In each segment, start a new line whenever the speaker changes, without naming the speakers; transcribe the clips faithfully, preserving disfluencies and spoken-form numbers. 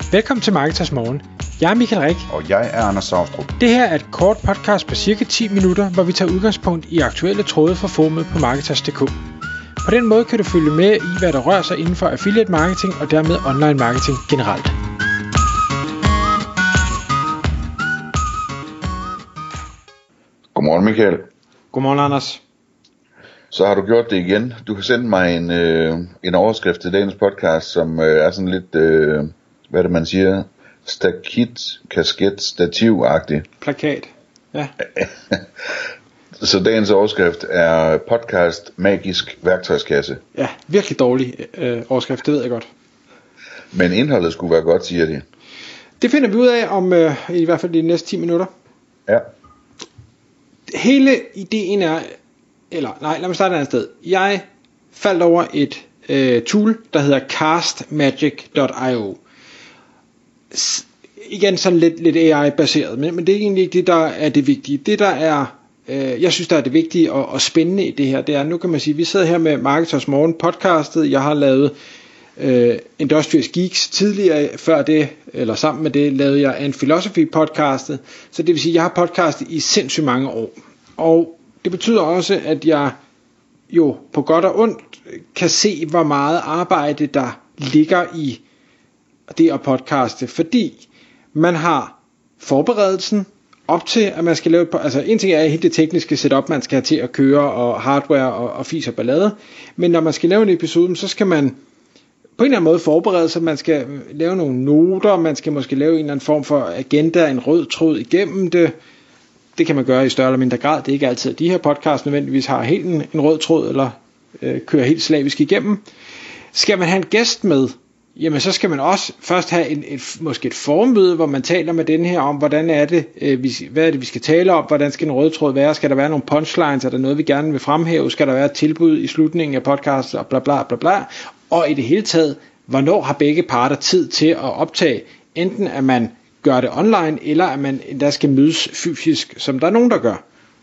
Velkommen til Marketers Morgen. Jeg er Michael Rik.
Og jeg er Anders Saustrup.
Det her er et kort podcast på cirka ti minutter, hvor vi tager udgangspunkt i aktuelle tråde fra forumet på Marketers punktum d k. På den måde kan du følge med i, hvad der rører sig inden for affiliate marketing og dermed online marketing generelt.
Godmorgen Michael.
Godmorgen Anders.
Så har du gjort det igen. Du har sendt mig en, øh, en overskrift til dagens podcast, som øh, er sådan lidt, øh, hvad det man siger, stakit, kasket, stativ-agtig.
Plakat, ja.
Så dagens overskrift er podcast magisk værktøjskasse.
Ja, virkelig dårlig øh, overskrift, det ved jeg godt.
Men indholdet skulle være godt, siger de.
Det finder vi ud af om øh, i hvert fald de næste ti minutter.
Ja.
Hele ideen er, eller nej, lad mig starte et andet sted. Jeg faldt over et øh, tool, der hedder cast magic punktum i o. S- igen sådan lidt, lidt A I-baseret, men, men det er egentlig ikke det, der er det vigtige. Det, der er, øh, jeg synes, der er det vigtige og, og spændende i det her, det er, nu kan man sige, vi sidder her med Marketers Morgen podcastet. Jeg har lavet øh, Industrious Geeks tidligere, før det, eller sammen med det, lavede jeg en Philosophy podcastet. Så det vil sige, jeg har podcastet i sindssygt mange år. Og det betyder også, at jeg jo på godt og ondt kan se, hvor meget arbejde der ligger i det at podcaste, fordi man har forberedelsen op til, at man skal lave, altså en ting er helt det tekniske setup, man skal have til at køre, og hardware og, og fis og ballade, men når man skal lave en episode, så skal man på en eller anden måde forberede sig, man skal lave nogle noter, man skal måske lave en eller anden form for agenda, en rød tråd igennem det. Det kan man gøre i større eller mindre grad. Det er ikke altid, at de her podcasts nødvendigvis har helt en, en rød tråd, eller øh, kører helt slavisk igennem. Skal man have en gæst med, jamen så skal man også først have en, et, måske et formmøde, hvor man taler med den her om, hvordan er det, øh, vi, hvad er det, vi skal tale om, hvordan skal en rød tråd være, skal der være nogle punchlines, er der noget, vi gerne vil fremhæve, skal der være et tilbud i slutningen af podcasts, og bla bla bla bla, og i det hele taget, hvornår har begge parter tid til at optage, enten at man gør det online, eller at man endda skal mødes fysisk, som der er nogen, der gør.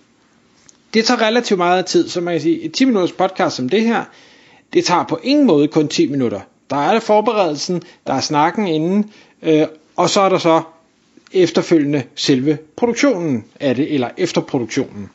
Det tager relativt meget tid, så man kan sige, et ti minutters podcast som det her, det tager på ingen måde kun ti minutter. Der er forberedelsen, der er snakken inden, øh, og så er der så efterfølgende selve produktionen af det, eller efterproduktionen.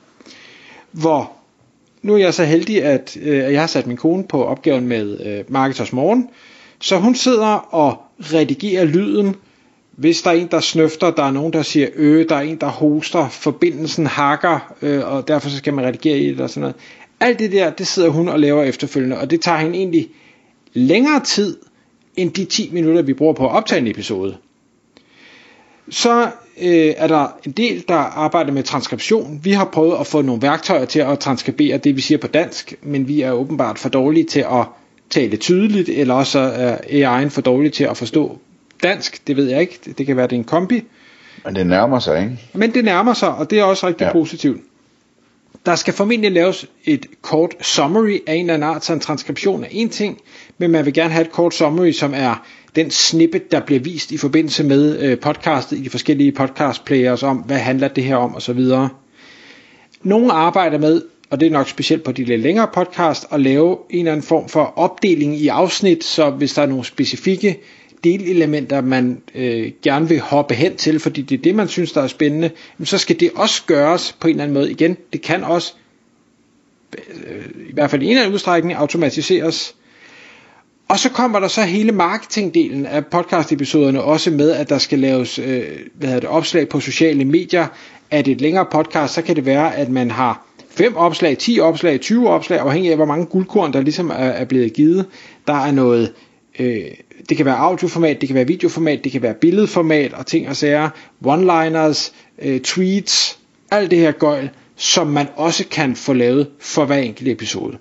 Hvor nu er jeg så heldig, at øh, jeg har sat min kone på opgaven med øh, Marketers Morgen, så hun sidder og redigerer lyden. Hvis der er en, der snøfter, der er nogen, der siger øh, der er en, der hoster, forbindelsen hakker, øh, og derfor så skal man redigere i det og sådan noget. Alt det der, det sidder hun og laver efterfølgende, og det tager hende egentlig længere tid, end de ti minutter, vi bruger på at optage en episode. Så øh, er der en del, der arbejder med transkription. Vi har prøvet at få nogle værktøjer til at transkribere det, vi siger på dansk, men vi er åbenbart for dårlige til at tale tydeligt, eller også er A I'en for dårlig til at forstå dansk, det ved jeg ikke, det kan være, det er en kombi.
Men det nærmer sig, ikke?
Men det nærmer sig, og det er også rigtig ja. positivt. Der skal formentlig laves et kort summary af en eller anden art, så en transkription er en ting, men man vil gerne have et kort summary, som er den snippet, der bliver vist i forbindelse med øh, podcastet i de forskellige podcastplayers om, hvad handler det her om, og så videre. Nogle arbejder med, og det er nok specielt på de lidt længere podcast, at lave en eller anden form for opdeling i afsnit, så hvis der er nogle specifikke delelementer, man øh, gerne vil hoppe hen til, fordi det er det, man synes, der er spændende, så skal det også gøres på en eller anden måde. Igen, det kan også, øh, i hvert fald i en eller anden udstrækning, automatiseres. Og så kommer der så hele marketingdelen af podcast-episoderne også med, at der skal laves øh, hvad hedder det, opslag på sociale medier. At et længere podcast, så kan det være, at man har fem opslag, ti opslag, tyve opslag, afhængig af, hvor mange guldkorn, der ligesom er, er blevet givet. Der er noget øh, det kan være audioformat, det kan være videoformat, det kan være billedformat og ting og sager, one-liners, øh, tweets, alt det her gøjl, som man også kan få lavet for hver enkelt episode.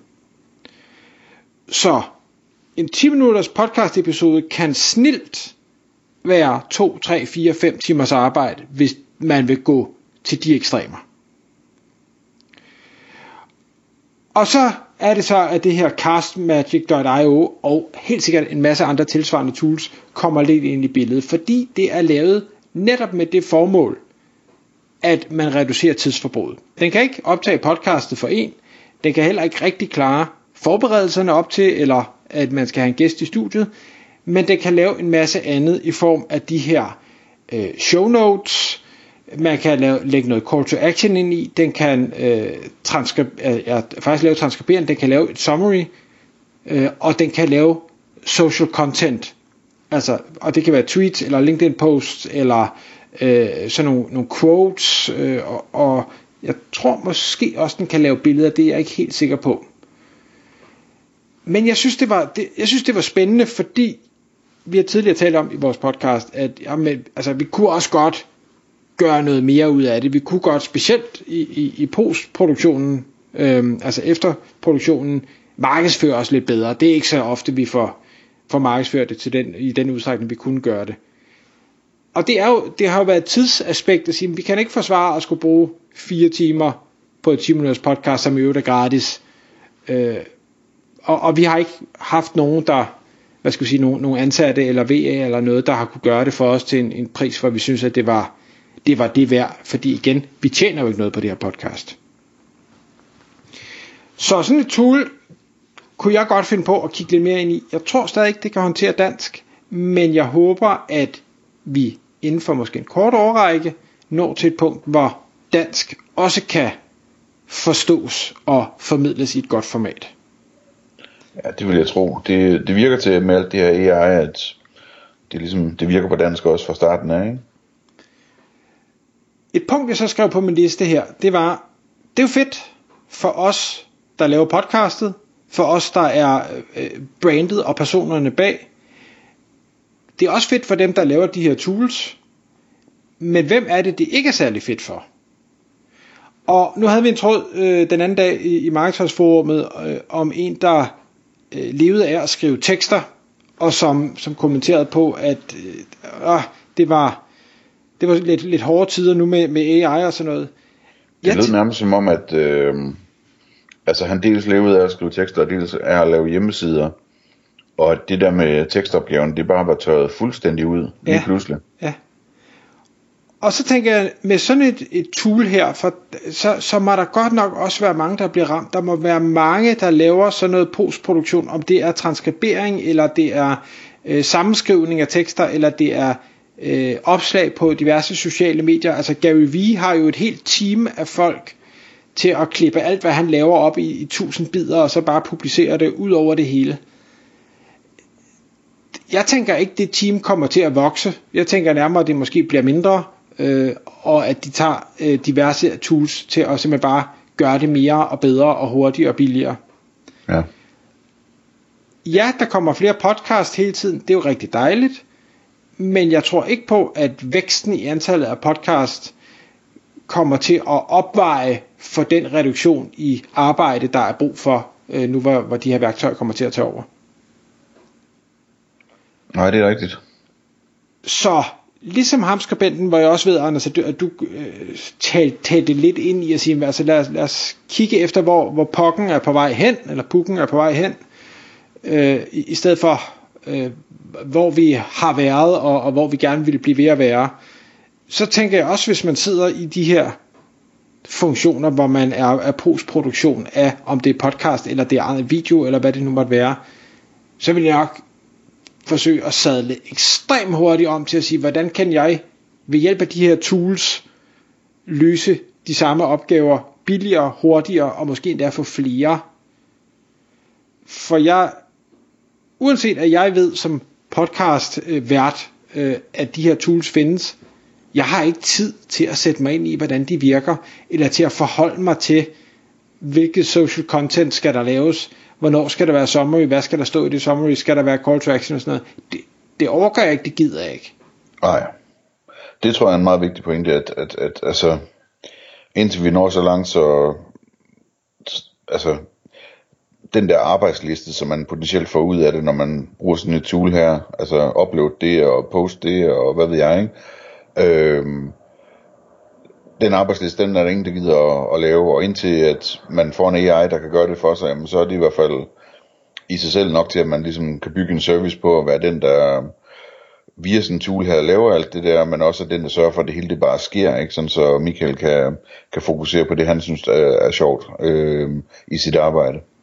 Så en ti minutters podcast episode kan snilt være to, tre, fire, fem timers arbejde, hvis man vil gå til de ekstremer. Og så er det så, at det her cast magic punktum i o og helt sikkert en masse andre tilsvarende tools kommer lidt ind i billedet, fordi det er lavet netop med det formål, at man reducerer tidsforbruget. Den kan ikke optage podcastet for en, den kan heller ikke rigtig klare forberedelserne op til, eller at man skal have en gæst i studiet, men den kan lave en masse andet i form af de her øh, show notes. Man kan lave, lægge noget call to action ind i. Den kan øh, transkrib- øh, ja, faktisk lave transkribering. Den kan lave et summary, øh, og den kan lave social content. Altså, og det kan være tweets eller LinkedIn posts eller øh, sådan nogle, nogle quotes, øh, og, og jeg tror måske også den kan lave billeder. Det er jeg ikke helt sikker på. Men jeg synes det var det, jeg synes det var spændende, fordi vi har tidligere talt om i vores podcast, at jamen, altså, vi kunne også godt gøre noget mere ud af det. Vi kunne godt, specielt i, i, i postproduktionen, øhm, altså efterproduktionen, markedsføre os lidt bedre. Det er ikke så ofte, vi får, får markedsført det til den, i den udstrækning, vi kunne gøre det. Og det, er jo, det har jo været et tidsaspekt at sige, at vi kan ikke forsvare at skulle bruge fire timer på et ti minutters podcast, som i øvrigt er gratis. Øh, og, og vi har ikke haft nogen, der, hvad skal vi sige, nogen, nogen ansatte eller V A eller noget, der har kunne gøre det for os til en, en pris, hvor vi synes, at det var det var det værd, fordi igen, vi tjener jo ikke noget på det her podcast. Så sådan et tool kunne jeg godt finde på at kigge lidt mere ind i. Jeg tror stadig ikke, det kan håndtere dansk, men jeg håber, at vi inden for måske en kort årrække når til et punkt, hvor dansk også kan forstås og formidles i et godt format.
Ja, det vil jeg tro. Det, det virker til med alt det her A I, at det, ligesom, det virker på dansk også fra starten af, ikke?
Et punkt, jeg så skrev på min liste her, det var, det er jo fedt for os, der laver podcastet, for os, der er øh, brandet og personerne bag. Det er også fedt for dem, der laver de her tools, men hvem er det, det ikke er særlig fedt for? Og nu havde vi en tråd øh, den anden dag i, i Markedsføringsforumet øh, om en, der øh, levede af at skrive tekster, og som, som kommenterede på, at øh, øh, det var... Det var lidt, lidt hårde tider nu med, med A I og sådan noget.
Det lød nærmest som om, at øh, altså han dels levede af at skrive tekster, og dels af at lave hjemmesider. Og at det der med tekstopgaven, det bare var tørret fuldstændig ud lige
ja,
pludselig.
Ja. Og så tænker jeg, med sådan et, et tool her, for, så, så må der godt nok også være mange, der bliver ramt. Der må være mange, der laver sådan noget postproduktion, om det er transkribering, eller det er øh, sammenskrivning af tekster, eller det er Øh, opslag på diverse sociale medier. Altså Gary Vee har jo et helt team af folk til at klippe alt hvad han laver op i, i tusind bidder og så bare publicere det ud over det hele. Jeg tænker ikke det team kommer til at vokse. Jeg tænker nærmere at det måske bliver mindre, øh, og at de tager øh, diverse tools til at simpelthen bare gøre det mere og bedre og hurtigere og billigere.
Ja.
Ja, der kommer flere podcast hele tiden. Det er jo rigtig dejligt. Men jeg tror ikke på, at væksten i antallet af podcast kommer til at opveje for den reduktion i arbejde, der er brug for, øh, nu hvor, hvor de her værktøjer kommer til at tage over.
Nej, det er rigtigt.
Så ligesom ham skribenten, hvor jeg også ved, Anders, at du, at du øh, talte det lidt ind i at sige, altså lad os, lad os kigge efter, hvor, hvor pukken er på vej hen, eller pukken er på vej hen, øh, i, i stedet for øh, hvor vi har været, og, og hvor vi gerne ville blive ved at være. Så tænker jeg også, hvis man sidder i de her funktioner, hvor man er, er postproduktion af, om det er podcast, eller det er video, eller hvad det nu måtte være, så vil jeg nok forsøge at sadle ekstremt hurtigt om til at sige, hvordan kan jeg ved hjælp af de her tools løse de samme opgaver billigere, hurtigere, og måske endda få flere. For jeg, uanset at jeg ved som podcast øh, vært, øh, at de her tools findes, jeg har ikke tid til at sætte mig ind i, hvordan de virker, eller til at forholde mig til, hvilket social content skal der laves, hvornår skal der være summary, hvad skal der stå i det summary, skal der være call to action og sådan noget. Det, det overgår jeg ikke, det gider jeg ikke.
Nej, det tror jeg er en meget vigtig pointe, at, at, at altså, indtil vi når så langt, så altså, den der arbejdsliste, som man potentielt får ud af det, når man bruger sådan et tool her, altså upload det og post det og hvad ved jeg, ikke? Øhm, den arbejdsliste, den er der ingen, der gider at, at lave, og indtil at man får en A I, der kan gøre det for sig, jamen, så er det i hvert fald i sig selv nok til, at man ligesom kan bygge en service på at være den, der via sådan en tool her laver alt det der, men også den, der sørger for, at det hele det bare sker, ikke? Sådan så Michael kan, kan fokusere på det, han synes er, er sjovt øh, i sit arbejde.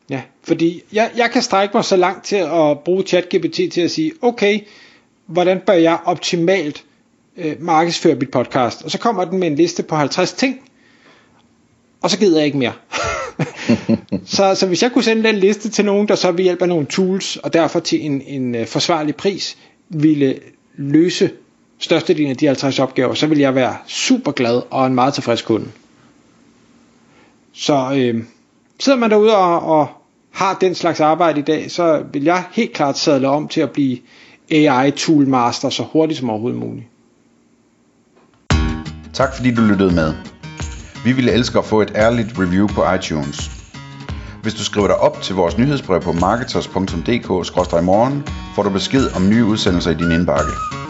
Ja, fordi jeg, jeg kan strække mig så langt til at bruge ChatGPT til at sige, okay, hvordan bør jeg optimalt øh, markedsføre mit podcast? Og så kommer den med en liste på halvtreds ting, og så gider jeg ikke mere. så, så hvis jeg kunne sende den liste til nogen, der så ved hjælp af nogle tools, og derfor til en, en øh, forsvarlig pris, ville løse størstedelen af de halvtreds opgaver, så ville jeg være super glad og en meget tilfreds kunde. Så øh, sidder man derude og, og har den slags arbejde i dag, så vil jeg helt klart sadle om til at blive A I tool master så hurtigt som overhovedet muligt.
Tak fordi du lyttede med. Vi ville elske at få et ærligt review på iTunes. Hvis du skriver dig op til vores nyhedsbrev på marketers punktum d k skråstreg morgen, får du besked om nye udsendelser i din indbakke.